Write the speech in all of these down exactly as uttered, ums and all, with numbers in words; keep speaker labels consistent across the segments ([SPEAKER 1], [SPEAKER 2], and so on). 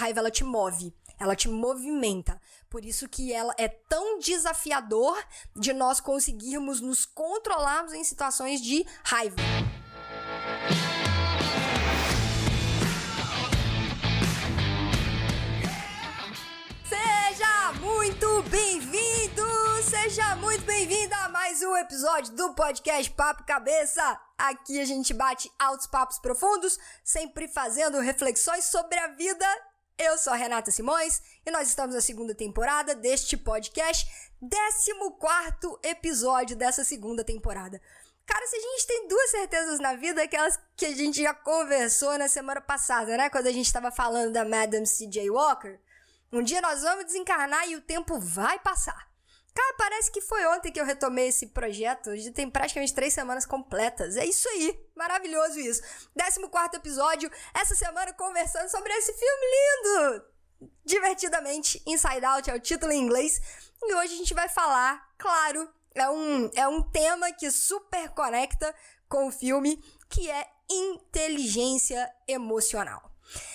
[SPEAKER 1] raiva, ela te move, ela te movimenta. Por isso que ela é tão desafiador de nós conseguirmos nos controlarmos em situações de raiva. Seja muito bem-vindo, seja muito bem-vinda a mais um episódio do podcast Papo Cabeça. Aqui a gente bate altos papos profundos, sempre fazendo reflexões sobre a vida. Eu sou a Renata Simões e nós estamos na segunda temporada deste podcast, décimo quarto episódio dessa segunda temporada. Cara, se a gente tem duas certezas na vida, aquelas que a gente já conversou na semana passada, né? Quando a gente estava falando da Madame C J Walker. Um dia nós vamos desencarnar e o tempo vai passar. Cara, parece que foi ontem que eu retomei esse projeto. Hoje tem praticamente três semanas completas. É isso aí. Maravilhoso isso. décimo quarto episódio. Essa semana conversando sobre esse filme lindo. Divertidamente. Inside Out é o título em inglês. E hoje a gente vai falar, claro, é um, é um tema que super conecta com o filme, que é inteligência emocional.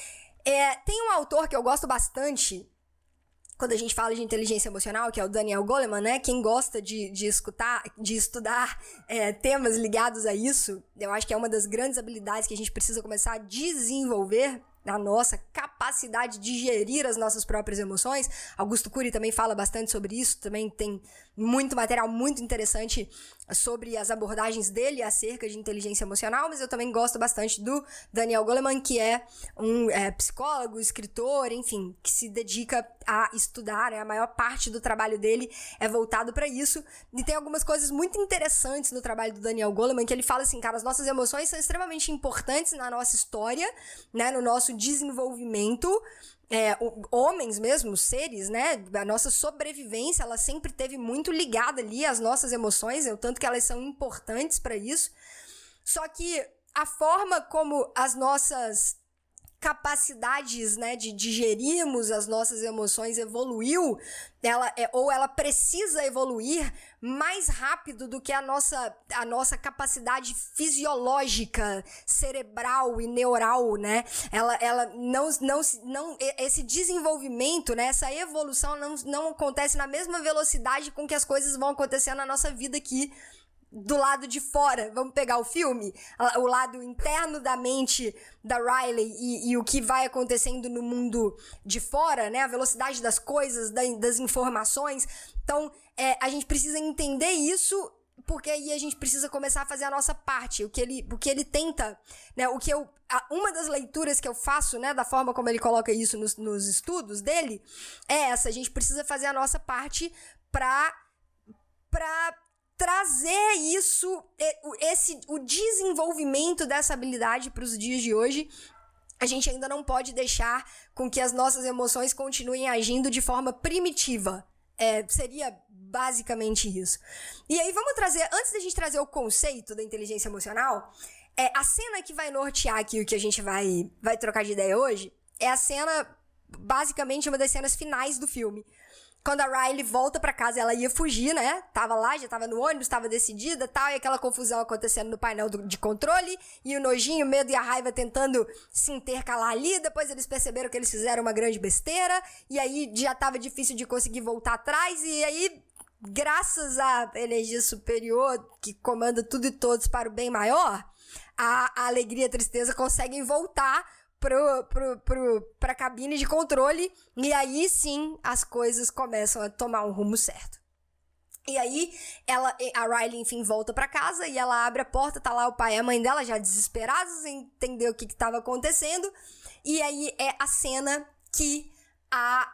[SPEAKER 1] É, tem um autor que eu gosto bastante quando a gente fala de inteligência emocional, que é o Daniel Goleman, né? Quem gosta de, de, escutar, de estudar é, temas ligados a isso, eu acho que é uma das grandes habilidades que a gente precisa começar a desenvolver na nossa capacidade de gerir as nossas próprias emoções. Augusto Cury também fala bastante sobre isso, também tem muito material muito interessante sobre as abordagens dele acerca de inteligência emocional, mas eu também gosto bastante do Daniel Goleman, que é um é, psicólogo, escritor, enfim, que se dedica a estudar, né? A maior parte do trabalho dele é voltado para isso, e tem algumas coisas muito interessantes no trabalho do Daniel Goleman, que ele fala assim, cara, as nossas emoções são extremamente importantes na nossa história, né, no nosso desenvolvimento. É, homens mesmo, seres, né, a nossa sobrevivência, ela sempre teve muito ligada ali às nossas emoções, o tanto que elas são importantes para isso. Só que a forma como as nossas capacidades, né, de digerirmos as nossas emoções evoluiu, ela é, ou ela precisa evoluir mais rápido do que a nossa, a nossa capacidade fisiológica, cerebral e neural, né? Ela, ela não, não, não, esse desenvolvimento, né, essa evolução não, não acontece na mesma velocidade com que as coisas vão acontecendo na nossa vida aqui, do lado de fora. Vamos pegar o filme, o lado interno da mente da Riley e, e o que vai acontecendo no mundo de fora, né? A velocidade das coisas, da, das informações. Então, é, a gente precisa entender isso, porque aí a gente precisa começar a fazer a nossa parte. O que ele, o que ele tenta, né? O que eu, a, uma das leituras que eu faço, né? Da forma como ele coloca isso nos, nos estudos dele, é essa. A gente precisa fazer a nossa parte pra... pra trazer isso, esse, o desenvolvimento dessa habilidade para os dias de hoje. A gente ainda não pode deixar com que as nossas emoções continuem agindo de forma primitiva. É, seria basicamente isso. E aí vamos trazer, antes da gente trazer o conceito da inteligência emocional, é, a cena que vai nortear aqui o que a gente vai, vai trocar de ideia hoje, é a cena, basicamente uma das cenas finais do filme. Quando a Riley volta pra casa, ela ia fugir, né? Tava lá, já tava no ônibus, tava decidida e tal, e aquela confusão acontecendo no painel do, de controle, e o nojinho, o medo e a raiva tentando se intercalar ali. Depois eles perceberam que eles fizeram uma grande besteira, e aí já tava difícil de conseguir voltar atrás, e aí, graças à energia superior, que comanda tudo e todos para o bem maior, a, a alegria e a tristeza conseguem voltar Pro, pro, pro, pra cabine de controle, e aí sim as coisas começam a tomar um rumo certo. E aí ela, a Riley, enfim, volta pra casa e ela abre a porta, tá lá o pai e a mãe dela já desesperados em entender o que que tava acontecendo, e aí é a cena que a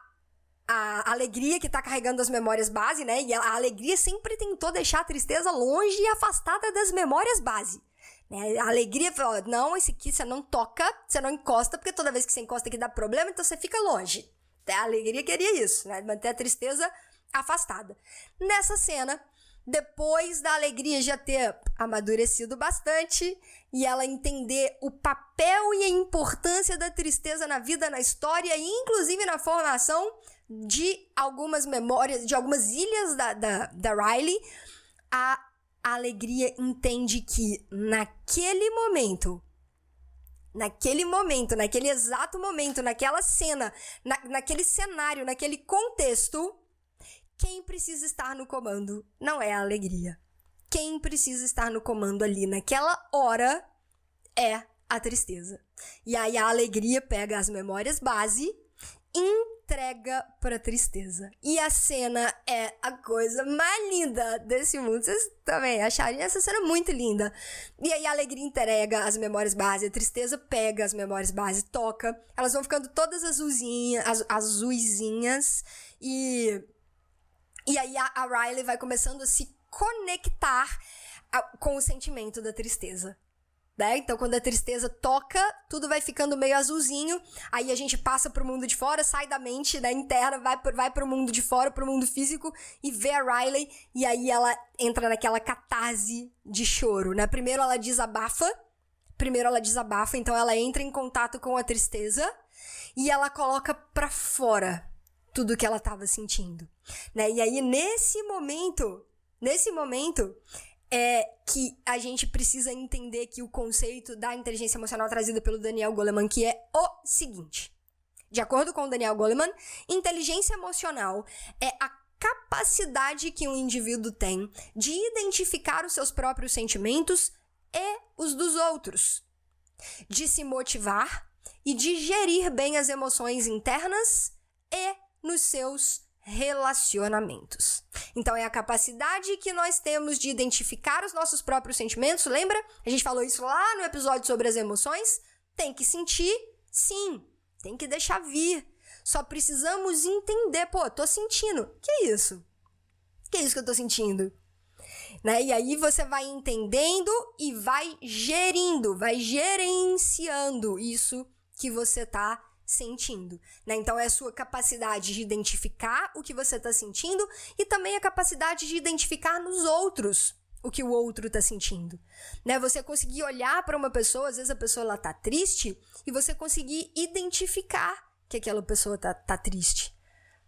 [SPEAKER 1] a alegria que tá carregando as memórias base, né, e a, a alegria sempre tentou deixar a tristeza longe e afastada das memórias base. A alegria, ó, não, esse aqui você não toca, você não encosta, porque toda vez que você encosta aqui dá problema, então você fica longe. A alegria queria isso, né? Manter a tristeza afastada. Nessa cena, depois da alegria já ter amadurecido bastante e ela entender o papel e a importância da tristeza na vida, na história e inclusive na formação de algumas memórias, de algumas ilhas da, da, da Riley, a A alegria entende que, naquele momento, naquele momento, naquele exato momento, naquela cena, na, naquele cenário, naquele contexto, quem precisa estar no comando não é a alegria. Quem precisa estar no comando ali naquela hora é a tristeza. E aí a alegria pega as memórias base, entrega pra tristeza. E a cena é a coisa mais linda desse mundo. Vocês também achariam essa cena muito linda. E aí a alegria entrega as memórias base, a tristeza pega as memórias base, toca. Elas vão ficando todas azulzinhas, az, azuizinhas. E, e aí a, a Riley vai começando a se conectar a, com o sentimento da tristeza. Né? Então, quando a tristeza toca, tudo vai ficando meio azulzinho, aí a gente passa pro mundo de fora, sai da mente, né, interna, vai, vai pro mundo de fora, pro mundo físico, e vê a Riley, e aí ela entra naquela catarse de choro, né? Primeiro ela desabafa, primeiro ela desabafa, então ela entra em contato com a tristeza, e ela coloca pra fora tudo que ela tava sentindo, né? E aí, nesse momento, nesse momento... é que a gente precisa entender que o conceito da inteligência emocional trazido pelo Daniel Goleman, que é o seguinte. De acordo com o Daniel Goleman, inteligência emocional é a capacidade que um indivíduo tem de identificar os seus próprios sentimentos e os dos outros, de se motivar e de gerir bem as emoções internas e nos seus relacionamentos. Então, é a capacidade que nós temos de identificar os nossos próprios sentimentos. Lembra? A gente falou isso lá no episódio sobre as emoções. Tem que sentir, sim. Tem que deixar vir. Só precisamos entender. Pô, tô sentindo. Que é isso? Que é isso que eu tô sentindo? Né? E aí você vai entendendo e vai gerindo, vai gerenciando isso que você tá sentindo, né? Então é a sua capacidade de identificar o que você tá sentindo e também a capacidade de identificar nos outros o que o outro tá sentindo, né? Você conseguir olhar para uma pessoa, às vezes a pessoa ela tá triste, e você conseguir identificar que aquela pessoa tá, tá triste,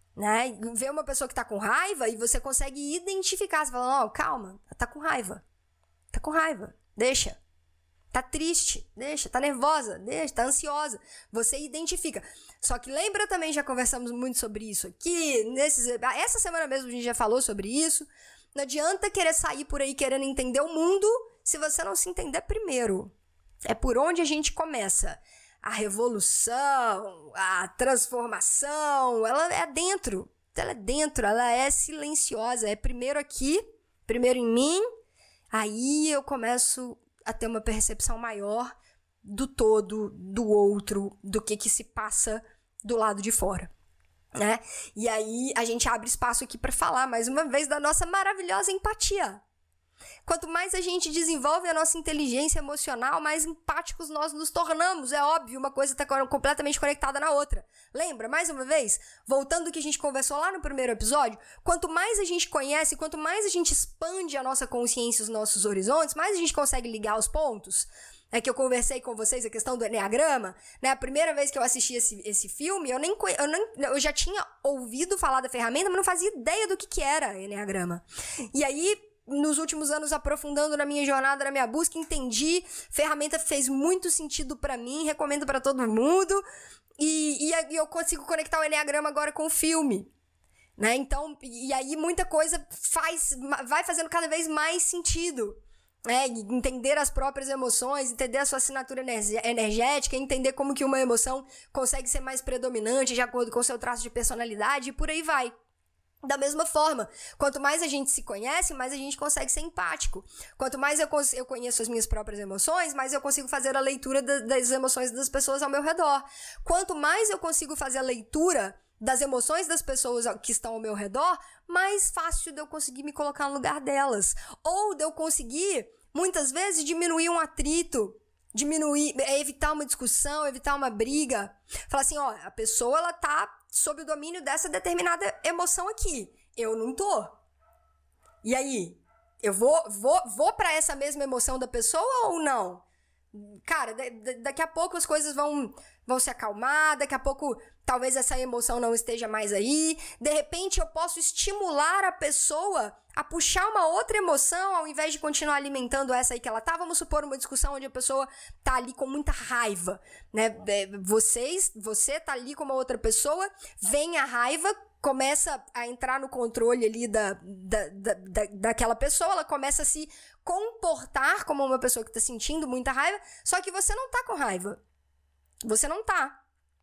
[SPEAKER 1] né? Ver uma pessoa que tá com raiva e você consegue identificar, você fala, não, calma, tá com raiva, tá com raiva, deixa. Tá triste, deixa, tá nervosa, deixa, tá ansiosa. Você identifica. Só que lembra também, já conversamos muito sobre isso aqui, nesses, essa semana mesmo a gente já falou sobre isso. Não adianta querer sair por aí querendo entender o mundo se você não se entender primeiro. É por onde a gente começa. A revolução, a transformação, ela é dentro. Ela é dentro, ela é silenciosa. É primeiro aqui, primeiro em mim, aí eu começo a ter uma percepção maior do todo, do outro, do que que se passa do lado de fora, né? E aí a gente abre espaço aqui para falar mais uma vez da nossa maravilhosa empatia. Quanto mais a gente desenvolve a nossa inteligência emocional, mais empáticos nós nos tornamos. É óbvio, uma coisa está completamente conectada na outra. Lembra, mais uma vez, voltando ao que a gente conversou lá no primeiro episódio, quanto mais a gente conhece, quanto mais a gente expande a nossa consciência, os nossos horizontes, mais a gente consegue ligar os pontos. É que eu conversei com vocês a questão do Enneagrama, né? A primeira vez que eu assisti esse, esse filme, eu, nem, eu, nem, eu já tinha ouvido falar da ferramenta, mas não fazia ideia do que, que era Enneagrama. E aí, nos últimos anos, aprofundando na minha jornada, na minha busca, entendi, ferramenta fez muito sentido pra mim, recomendo pra todo mundo, e, e eu consigo conectar o Enneagrama agora com o filme, né? Então, e aí muita coisa faz, vai fazendo cada vez mais sentido, né? Entender as próprias emoções, entender a sua assinatura energética, entender como que uma emoção consegue ser mais predominante de acordo com o seu traço de personalidade, e por aí vai. Da mesma forma, quanto mais a gente se conhece, mais a gente consegue ser empático. Quanto mais eu, eu conheço as minhas próprias emoções, mais eu consigo fazer a leitura da, das emoções das pessoas ao meu redor. Quanto mais eu consigo fazer a leitura das emoções das pessoas que estão ao meu redor, mais fácil de eu conseguir me colocar no lugar delas. Ou de eu conseguir, muitas vezes, diminuir um atrito, diminuir, evitar uma discussão, evitar uma briga. Falar assim, ó, a pessoa, ela tá sob o domínio dessa determinada emoção aqui. Eu não tô. E aí? Eu vou, vou, vou pra essa mesma emoção da pessoa ou não? Cara, d- d- daqui a pouco as coisas vão, vão se acalmar, daqui a pouco talvez essa emoção não esteja mais aí, de repente eu posso estimular a pessoa a puxar uma outra emoção ao invés de continuar alimentando essa aí que ela tá. Vamos supor uma discussão onde a pessoa tá ali com muita raiva, né? Vocês, você tá ali com uma outra pessoa, vem a raiva, começa a entrar no controle ali da, da, da, da, daquela pessoa, ela começa a se comportar como uma pessoa que tá sentindo muita raiva, só que você não tá com raiva. Você não tá.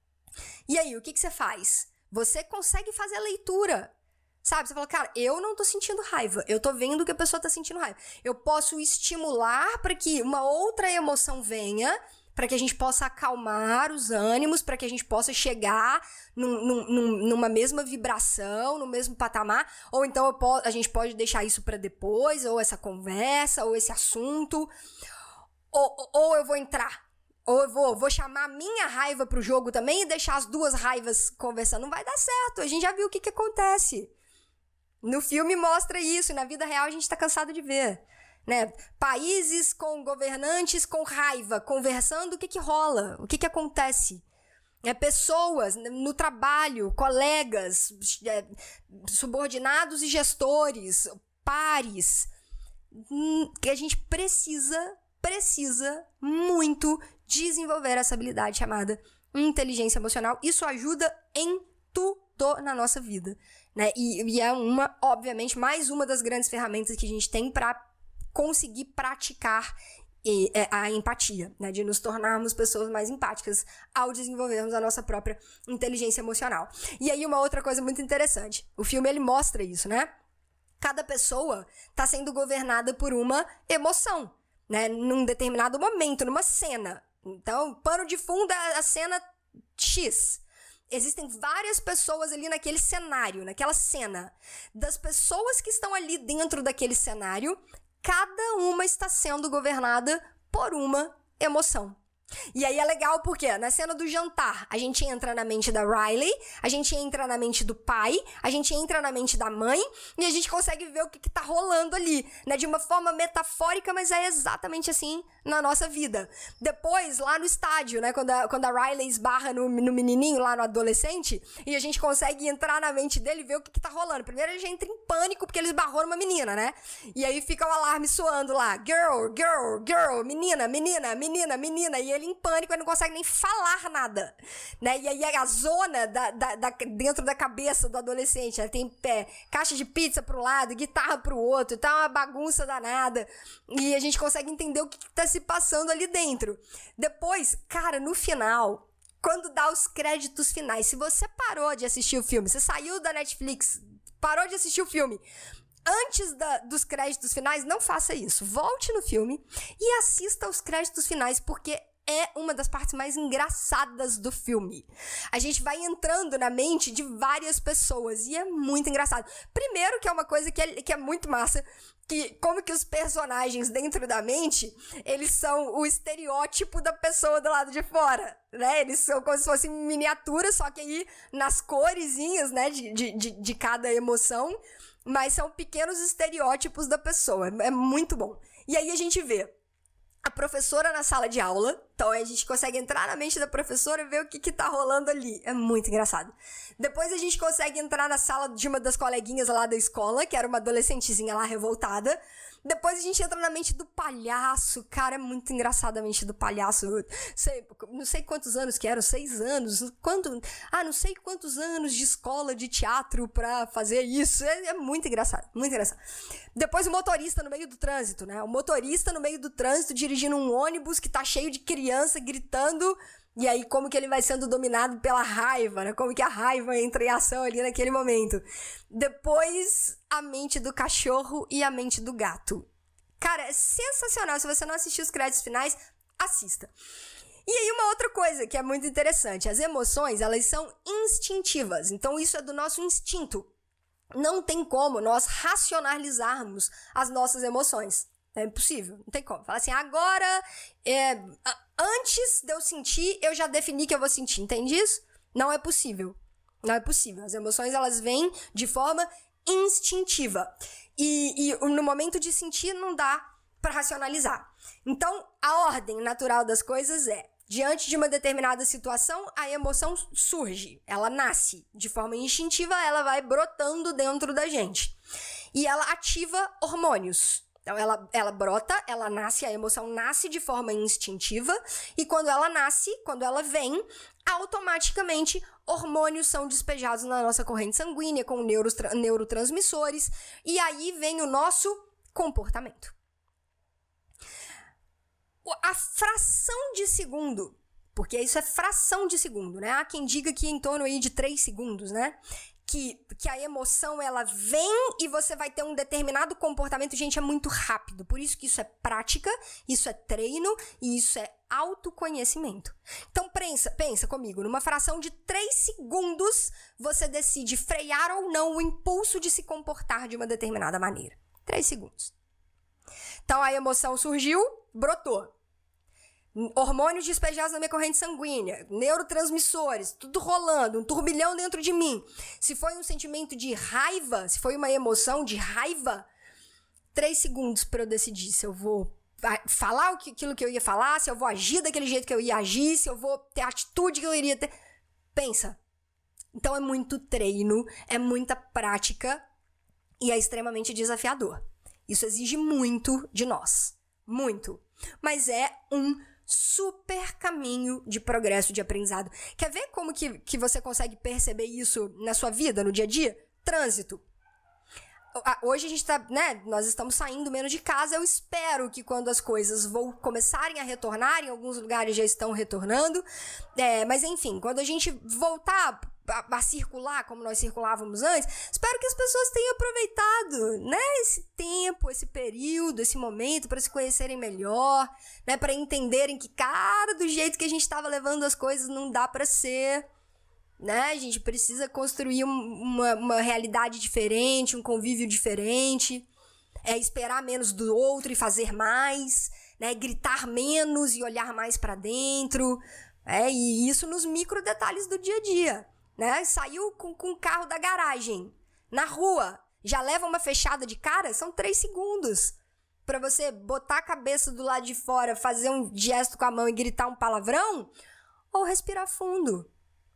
[SPEAKER 1] E aí, o que que você faz? Você consegue fazer a leitura. Sabe, você fala, cara, eu não tô sentindo raiva, eu tô vendo que a pessoa tá sentindo raiva. Eu posso estimular para que uma outra emoção venha, para que a gente possa acalmar os ânimos, para que a gente possa chegar num, num, numa mesma vibração, no mesmo patamar, ou então eu posso, a gente pode deixar isso para depois, ou essa conversa, ou esse assunto, ou, ou eu vou entrar. Ou eu vou, vou chamar a minha raiva pro jogo também e deixar as duas raivas conversando. Não vai dar certo, a gente já viu o que que acontece. No filme mostra isso, e na vida real a gente tá cansado de ver, né? Países com governantes com raiva, conversando, o que que rola? O que que acontece? É, pessoas no trabalho, colegas, é, subordinados e gestores, pares, que a gente precisa, precisa muito desenvolver essa habilidade chamada inteligência emocional. Isso ajuda em tudo na nossa vida, né? E, e é uma, obviamente, mais uma das grandes ferramentas que a gente tem para conseguir praticar e, é, a empatia, né? De nos tornarmos pessoas mais empáticas ao desenvolvermos a nossa própria inteligência emocional. E aí uma outra coisa muito interessante, o filme ele mostra isso, né? Cada pessoa está sendo governada por uma emoção, né? Num determinado momento, numa cena. Então, pano de fundo é a cena X. Existem várias pessoas ali naquele cenário, naquela cena. Das pessoas que estão ali dentro daquele cenário, cada uma está sendo governada por uma emoção. E aí é legal porque na cena do jantar, a gente entra na mente da Riley, a gente entra na mente do pai, a gente entra na mente da mãe e a gente consegue ver o que, que tá rolando ali, né? De uma forma metafórica, mas é exatamente assim na nossa vida. Depois, lá no estádio, né? Quando a, quando a Riley esbarra no, no menininho, lá no adolescente, e a gente consegue entrar na mente dele e ver o que, que tá rolando. Primeiro a gente entra em pânico porque ele esbarrou numa menina, né? E aí fica o alarme soando lá. Girl, girl, girl, menina, menina, menina, menina. E ele em pânico, ele não consegue nem falar nada, né? E aí a zona da, da, da, dentro da cabeça do adolescente, ela tem é, caixa de pizza pro lado, guitarra pro outro, tá uma bagunça danada, e a gente consegue entender o que, que tá se passando ali dentro. Depois, cara, no final, quando dá os créditos finais, se você parou de assistir o filme, você saiu da Netflix, parou de assistir o filme, antes da, dos créditos finais, não faça isso. Volte no filme e assista os créditos finais, porque é uma das partes mais engraçadas do filme. A gente vai entrando na mente de várias pessoas e é muito engraçado. Primeiro que é uma coisa que é, que é muito massa, que como que os personagens dentro da mente, eles são o estereótipo da pessoa do lado de fora, né? Eles são como se fossem miniaturas, só que aí nas coresinhas, né, de, de, de, de cada emoção, mas são pequenos estereótipos da pessoa. É muito bom. E aí a gente vê a professora na sala de aula, então a gente consegue entrar na mente da professora e ver o que que tá rolando ali. É muito engraçado. Depois a gente consegue entrar na sala de uma das coleguinhas lá da escola, que era uma adolescentezinha lá revoltada. Depois a gente entra na mente do palhaço. Cara, é muito engraçado a mente do palhaço. Sei, não sei quantos anos que eram, seis anos. Quanto, ah, não sei quantos anos de escola de teatro pra fazer isso. É, é muito engraçado, muito engraçado. Depois o motorista no meio do trânsito, né? O motorista no meio do trânsito dirigindo um ônibus que tá cheio de criança gritando. E aí, como que ele vai sendo dominado pela raiva, né? Como que a raiva entra em ação ali naquele momento. Depois, a mente do cachorro e a mente do gato. Cara, é sensacional. Se você não assistiu os créditos finais, assista. E aí, uma outra coisa que é muito interessante. As emoções, elas são instintivas. Então, isso é do nosso instinto. Não tem como nós racionalizarmos as nossas emoções. É impossível, não tem como. Fala assim, agora, é, antes de eu sentir, eu já defini que eu vou sentir, entende isso? Não é possível, não é possível. As emoções, elas vêm de forma instintiva. E, e no momento de sentir, não dá para racionalizar. Então, a ordem natural das coisas é, diante de uma determinada situação, a emoção surge, ela nasce de forma instintiva, ela vai brotando dentro da gente. E ela ativa hormônios. Então, ela, ela brota, ela nasce, a emoção nasce de forma instintiva, e quando ela nasce, quando ela vem, automaticamente hormônios são despejados na nossa corrente sanguínea, com neurotra- neurotransmissores, e aí vem o nosso comportamento. A fração de segundo, porque isso é fração de segundo, né? Há quem diga que em torno aí de três segundos, né? Que, que a emoção, ela vem e você vai ter um determinado comportamento. Gente, é muito rápido. Por isso que isso é prática, isso é treino e isso é autoconhecimento. Então, pensa, pensa comigo. Numa fração de três segundos, você decide frear ou não o impulso de se comportar de uma determinada maneira. três segundos. Então, a emoção surgiu, brotou. Hormônios despejados na minha corrente sanguínea, neurotransmissores, tudo rolando, um turbilhão dentro de mim. Se foi um sentimento de raiva, se foi uma emoção de raiva, três segundos para eu decidir se eu vou falar aquilo que eu ia falar, se eu vou agir daquele jeito que eu ia agir, se eu vou ter a atitude que eu iria ter. Pensa. Então é muito treino, é muita prática e é extremamente desafiador. Isso exige muito de nós. Muito. Mas é um super caminho de progresso, de aprendizado. Quer ver como que, que você consegue perceber isso na sua vida, no dia a dia? Trânsito. Hoje a gente tá, né, nós estamos saindo menos de casa. Eu espero que quando as coisas vão começarem a retornar, em alguns lugares já estão retornando, é, mas enfim, quando a gente voltar a, a circular como nós circulávamos antes, espero que as pessoas tenham aproveitado, né, esse tempo, esse período, esse momento para se conhecerem melhor, né, para entenderem que, cara, do jeito que a gente estava levando as coisas não dá para ser. Né? A gente precisa construir uma, uma realidade diferente, um convívio diferente, é esperar menos do outro e fazer mais, né? Gritar menos e olhar mais para dentro, é, e isso nos micro detalhes do dia a dia, né? Saiu com, com o carro da garagem, na rua, já leva uma fechada de cara, são três segundos para você botar a cabeça do lado de fora, fazer um gesto com a mão e gritar um palavrão, ou respirar fundo.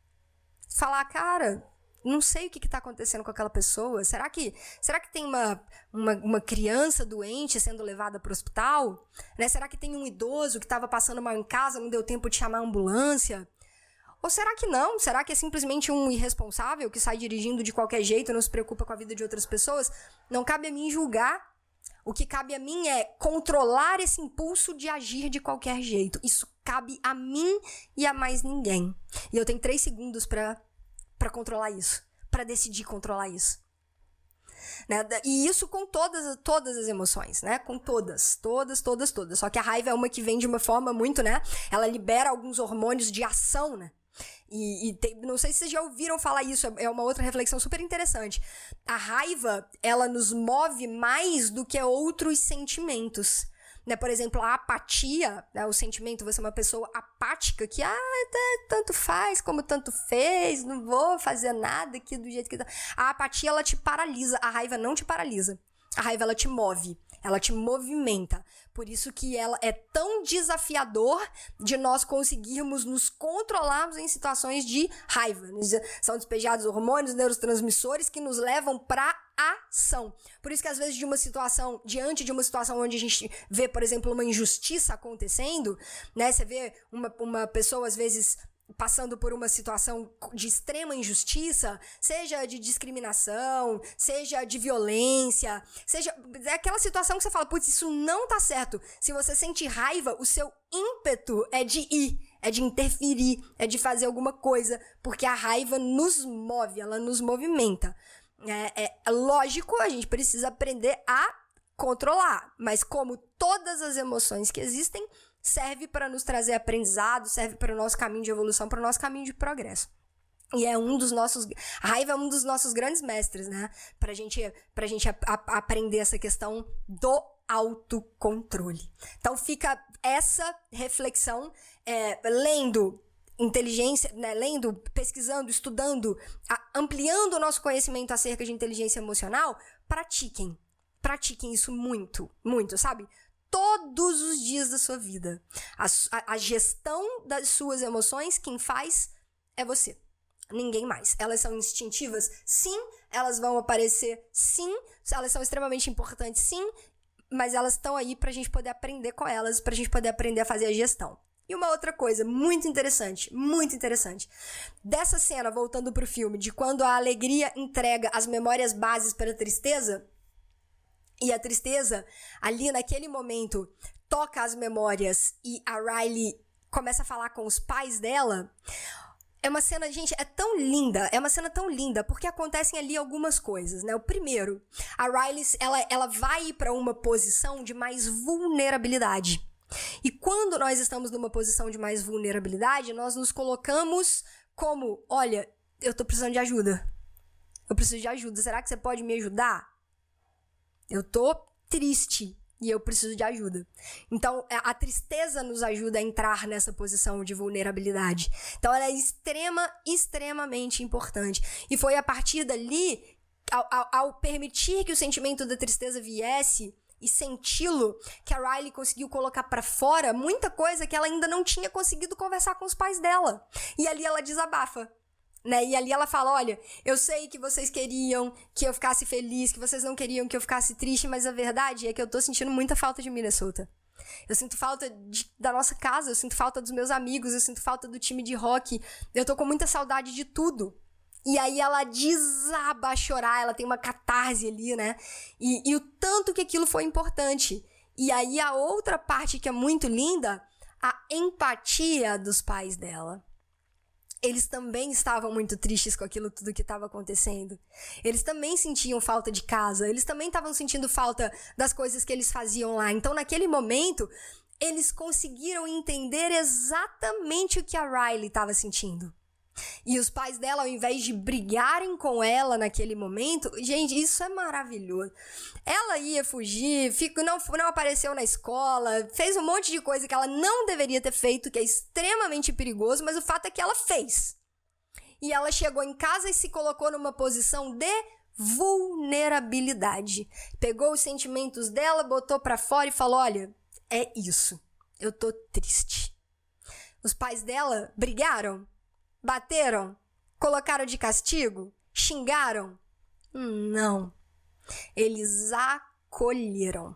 [SPEAKER 1] Falar, cara, não sei o que está acontecendo com aquela pessoa. Será que, será que tem uma, uma, uma criança doente sendo levada para o hospital? Né? Será que tem um idoso que estava passando mal em casa, não deu tempo de chamar a ambulância? Ou será que não? Será que é simplesmente um irresponsável que sai dirigindo de qualquer jeito e não se preocupa com a vida de outras pessoas? Não cabe a mim julgar. O que cabe a mim é controlar esse impulso de agir de qualquer jeito. Isso cabe a mim e a mais ninguém. E eu tenho três segundos para para controlar isso, para decidir controlar isso. Né? E isso com todas, todas as emoções, né? Com todas, todas, todas, todas. Só que a raiva é uma que vem de uma forma muito, né? Ela libera alguns hormônios de ação, né? E, e tem, não sei se vocês já ouviram falar isso, é uma outra reflexão super interessante. A raiva, ela nos move mais do que outros sentimentos. Né? Por exemplo, a apatia, né? O sentimento, você é uma pessoa apática que, ah, tanto faz como tanto fez, não vou fazer nada aqui do jeito que tá. A apatia, ela te paralisa, a raiva não te paralisa. A raiva, ela te move, ela te movimenta. Por isso que ela é tão desafiador de nós conseguirmos nos controlarmos em situações de raiva. São despejados hormônios, neurotransmissores que nos levam para ação. Por isso que às vezes de uma situação, diante de uma situação onde a gente vê, por exemplo, uma injustiça acontecendo, né? Você vê uma, uma pessoa às vezes passando por uma situação de extrema injustiça, seja de discriminação, seja de violência, seja é aquela situação que você fala, putz, isso não tá certo. Se você sente raiva, o seu ímpeto é de ir, é de interferir, é de fazer alguma coisa, porque a raiva nos move, ela nos movimenta. É, é, é lógico, a gente precisa aprender a controlar, mas como todas as emoções que existem, serve para nos trazer aprendizado, serve para o nosso caminho de evolução, para o nosso caminho de progresso. E é um dos nossos... A raiva é um dos nossos grandes mestres, né? Pra gente, pra gente a, a, aprender essa questão do autocontrole. Então fica essa reflexão, é, lendo inteligência, né? Lendo, pesquisando, estudando, a, ampliando o nosso conhecimento acerca de inteligência emocional, pratiquem. Pratiquem isso muito, muito, sabe? todos os dias da sua vida. A, a, a gestão das suas emoções, quem faz é você. Ninguém mais. Elas são instintivas? Sim. Elas vão aparecer? Sim. Elas são extremamente importantes? Sim. Mas elas estão aí pra gente poder aprender com elas, pra gente poder aprender a fazer a gestão. E uma outra coisa muito interessante, muito interessante. Dessa cena, voltando pro filme, de quando a alegria entrega as memórias bases para a tristeza, e a tristeza, ali naquele momento, toca as memórias e a Riley começa a falar com os pais dela. É uma cena, gente, é tão linda, é uma cena tão linda, porque acontecem ali algumas coisas, né? O primeiro, a Riley, ela, ela vai para uma posição de mais vulnerabilidade. E quando nós estamos numa posição de mais vulnerabilidade, nós nos colocamos como, olha, eu tô precisando de ajuda. Eu preciso de ajuda, será que você pode me ajudar? Eu tô triste e eu preciso de ajuda. Então, a tristeza nos ajuda a entrar nessa posição de vulnerabilidade. Então, ela é extrema, extremamente importante. E foi a partir dali, ao, ao, ao permitir que o sentimento da tristeza viesse e senti-lo, que a Riley conseguiu colocar pra fora muita coisa que ela ainda não tinha conseguido conversar com os pais dela. E ali ela desabafa. Né? E ali ela fala, olha, eu sei que vocês queriam que eu ficasse feliz, que vocês não queriam que eu ficasse triste, mas a verdade é que eu tô sentindo muita falta de Minnesota. Eu sinto falta de, da nossa casa, eu sinto falta dos meus amigos, eu sinto falta do time de hockey, eu tô com muita saudade de tudo. E aí ela desaba a chorar, ela tem uma catarse ali, né? E, e o tanto que aquilo foi importante. E aí a outra parte que é muito linda, a empatia dos pais dela. Eles também estavam muito tristes com aquilo tudo que estava acontecendo. Eles também sentiam falta de casa. Eles também estavam sentindo falta das coisas que eles faziam lá. Então, naquele momento, eles conseguiram entender exatamente o que a Riley estava sentindo. E os pais dela, ao invés de brigarem com ela naquele momento, gente, isso é maravilhoso. Ela ia fugir, fico, não, não apareceu na escola, fez um monte de coisa que ela não deveria ter feito, que é extremamente perigoso, mas o fato é que ela fez. E ela chegou em casa e se colocou numa posição de vulnerabilidade. Pegou os sentimentos dela, botou pra fora e falou, olha, é isso, eu tô triste. Os pais dela brigaram? Bateram? Colocaram de castigo? Xingaram? Não. Eles acolheram.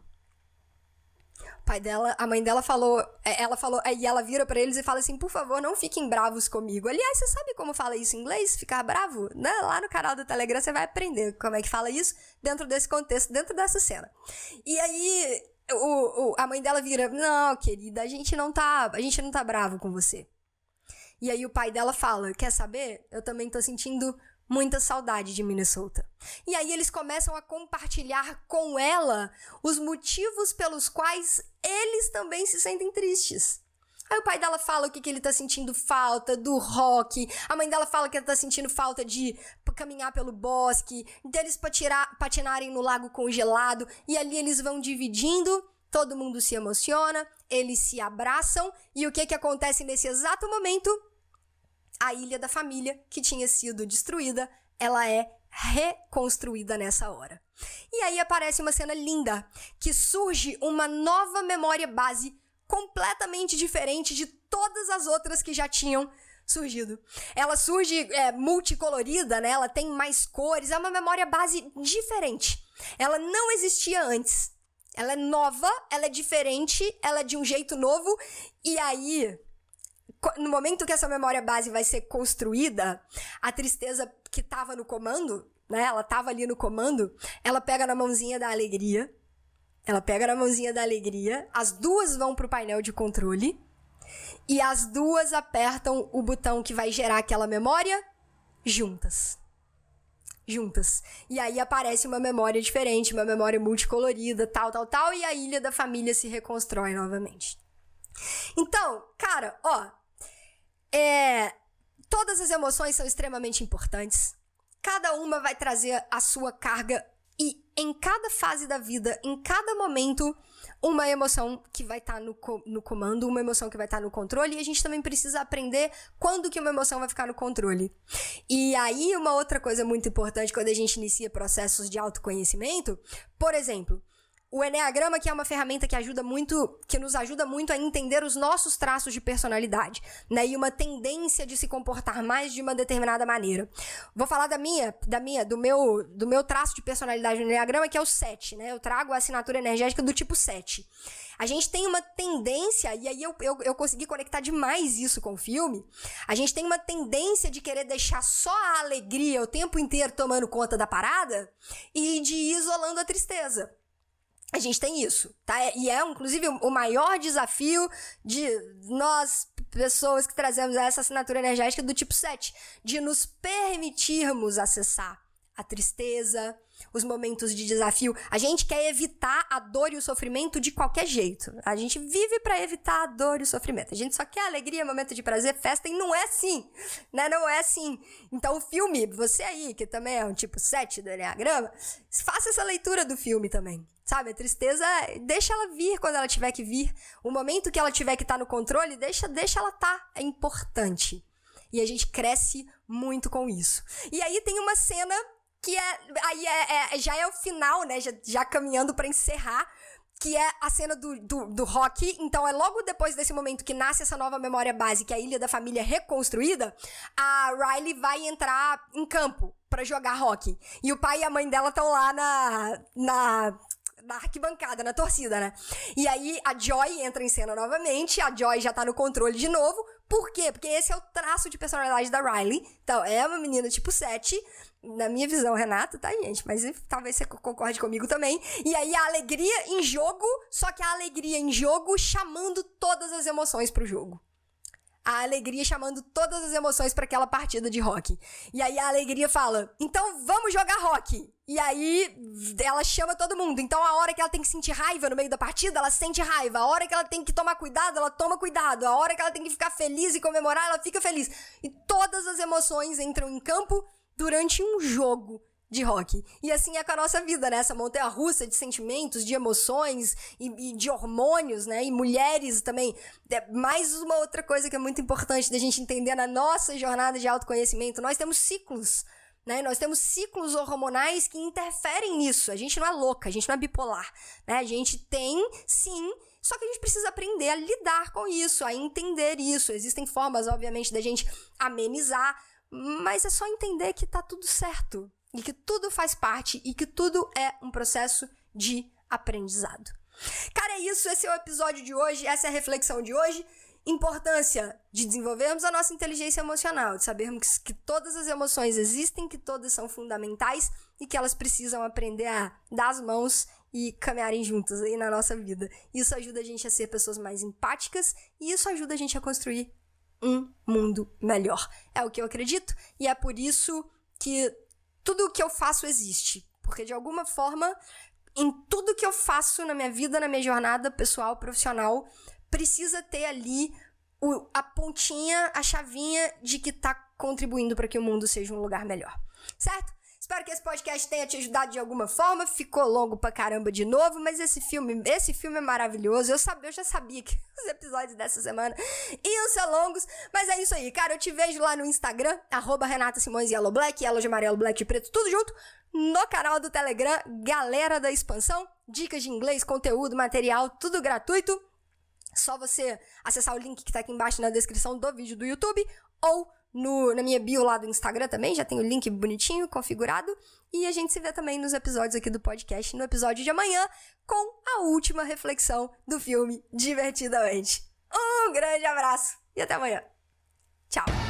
[SPEAKER 1] O pai dela, a mãe dela falou, ela falou, aí ela vira pra eles e fala assim, por favor, não fiquem bravos comigo. Aliás, você sabe como fala isso em inglês? Ficar bravo? Né? Lá no canal do Telegram você vai aprender como é que fala isso dentro desse contexto, dentro dessa cena. E aí, o, o, a mãe dela vira, não, querida, a gente não tá, a gente não tá bravo com você. E aí o pai dela fala, quer saber? Eu também tô sentindo muita saudade de Minnesota. E aí eles começam a compartilhar com ela os motivos pelos quais eles também se sentem tristes. Aí o pai dela fala o que, que ele tá sentindo falta do rock. A mãe dela fala que ela tá sentindo falta de caminhar pelo bosque, deles patirar, patinarem no lago congelado. E ali eles vão dividindo, todo mundo se emociona, eles se abraçam. E o que, que acontece nesse exato momento? A ilha da família, que tinha sido destruída, ela é reconstruída nessa hora. E aí aparece uma cena linda, que surge uma nova memória base completamente diferente de todas as outras que já tinham surgido. Ela surge é, multicolorida, né? Ela tem mais cores, é uma memória base diferente. Ela não existia antes. Ela é nova, ela é diferente, ela é de um jeito novo, e aí... no momento que essa memória base vai ser construída, a tristeza que estava no comando, né? Ela estava ali no comando, ela pega na mãozinha da alegria, ela pega na mãozinha da alegria, as duas vão pro painel de controle e as duas apertam o botão que vai gerar aquela memória juntas. Juntas. E aí aparece uma memória diferente, uma memória multicolorida, tal, tal, tal, e a ilha da família se reconstrói novamente. Então, cara, ó, É, todas as emoções são extremamente importantes. Cada uma vai trazer a sua carga e em cada fase da vida, em cada momento, uma emoção que vai estar tá no, no comando, uma emoção que vai estar tá no controle, e a gente também precisa aprender quando que uma emoção vai ficar no controle. E aí, uma outra coisa muito importante quando a gente inicia processos de autoconhecimento, por exemplo, o Eneagrama, que é uma ferramenta que ajuda muito, que nos ajuda muito a entender os nossos traços de personalidade, né? E uma tendência de se comportar mais de uma determinada maneira. Vou falar da minha, da minha, do meu, do meu traço de personalidade no Eneagrama, que é o sete, né? Eu trago a assinatura energética do tipo sete. A gente tem uma tendência, e aí eu, eu, eu consegui conectar demais isso com o filme, a gente tem uma tendência de querer deixar só a alegria o tempo inteiro tomando conta da parada e de ir isolando a tristeza. A gente tem isso, tá? E é, inclusive, o maior desafio de nós, pessoas que trazemos essa assinatura energética do tipo sete, de nos permitirmos acessar a tristeza, os momentos de desafio. A gente quer evitar a dor e o sofrimento de qualquer jeito. A gente vive pra evitar a dor e o sofrimento. A gente só quer alegria, momento de prazer, festa, e não é assim, né? Não é assim. Então o filme, você aí, que também é um tipo sete do Eneagrama, faça essa leitura do filme também. Sabe, a tristeza, deixa ela vir quando ela tiver que vir. O momento que ela tiver que estar no controle, deixa, deixa ela estar. É importante. E a gente cresce muito com isso. E aí tem uma cena que é, aí é, é, já é o final, né? Já, já caminhando pra encerrar, que é a cena do, do, do Rocky. Então, é logo depois desse momento que nasce essa nova memória base, que é a Ilha da Família reconstruída, a Riley vai entrar em campo pra jogar Rocky. E o pai e a mãe dela estão lá na... na na arquibancada, na torcida, né? E aí a Joy entra em cena novamente, a Joy já tá no controle de novo. Por quê? Porque esse é o traço de personalidade da Riley. Então, é uma menina tipo sete, na minha visão, Renata, tá, gente? Mas talvez você concorde comigo também. E aí a alegria em jogo, só que a alegria em jogo chamando todas as emoções pro jogo. A alegria chamando todas as emoções para aquela partida de rock. E aí a alegria fala, então vamos jogar rock. E aí ela chama todo mundo. Então a hora que ela tem que sentir raiva no meio da partida, ela sente raiva. A hora que ela tem que tomar cuidado, ela toma cuidado. A hora que ela tem que ficar feliz e comemorar, ela fica feliz. E todas as emoções entram em campo durante um jogo de rock. E assim é com a nossa vida, né? Essa montanha-russa de sentimentos, de emoções e, e de hormônios, né? E mulheres também. É mais uma outra coisa que é muito importante da gente entender na nossa jornada de autoconhecimento. Nós temos ciclos, né? Nós temos ciclos hormonais que interferem nisso. A gente não é louca, a gente não é bipolar, né? A gente tem, sim, só que a gente precisa aprender a lidar com isso, a entender isso. Existem formas, obviamente, da gente amenizar, mas é só entender que tá tudo certo. E que tudo faz parte e que tudo é um processo de aprendizado. Cara, é isso. Esse é o episódio de hoje. Essa é a reflexão de hoje. Importância de desenvolvermos a nossa inteligência emocional, de sabermos que todas as emoções existem, que todas são fundamentais e que elas precisam aprender a dar as mãos e caminharem juntas aí na nossa vida. Isso ajuda a gente a ser pessoas mais empáticas e isso ajuda a gente a construir um mundo melhor. É o que eu acredito e é por isso que tudo o que eu faço existe, porque de alguma forma, em tudo que eu faço na minha vida, na minha jornada pessoal, profissional, precisa ter ali o, a pontinha, a chavinha de que tá contribuindo para que o mundo seja um lugar melhor, certo? Espero que esse podcast tenha te ajudado de alguma forma. Ficou longo pra caramba de novo, mas esse filme, esse filme é maravilhoso. Eu, sabia, eu já sabia que os episódios dessa semana iam ser longos, mas é isso aí, cara. Eu te vejo lá no Instagram, arroba Renata Simões Yellow Black, Yellow de amarelo, Black de preto, tudo junto. No canal do Telegram, Galera da Expansão, dicas de inglês, conteúdo, material, tudo gratuito. Só você acessar o link que tá aqui embaixo na descrição do vídeo do YouTube ou No, na minha bio lá do Instagram também, já tem o link bonitinho, configurado. E a gente se vê também nos episódios aqui do podcast, no episódio de amanhã, com a última reflexão do filme Divertidamente. Um grande abraço e até amanhã. Tchau!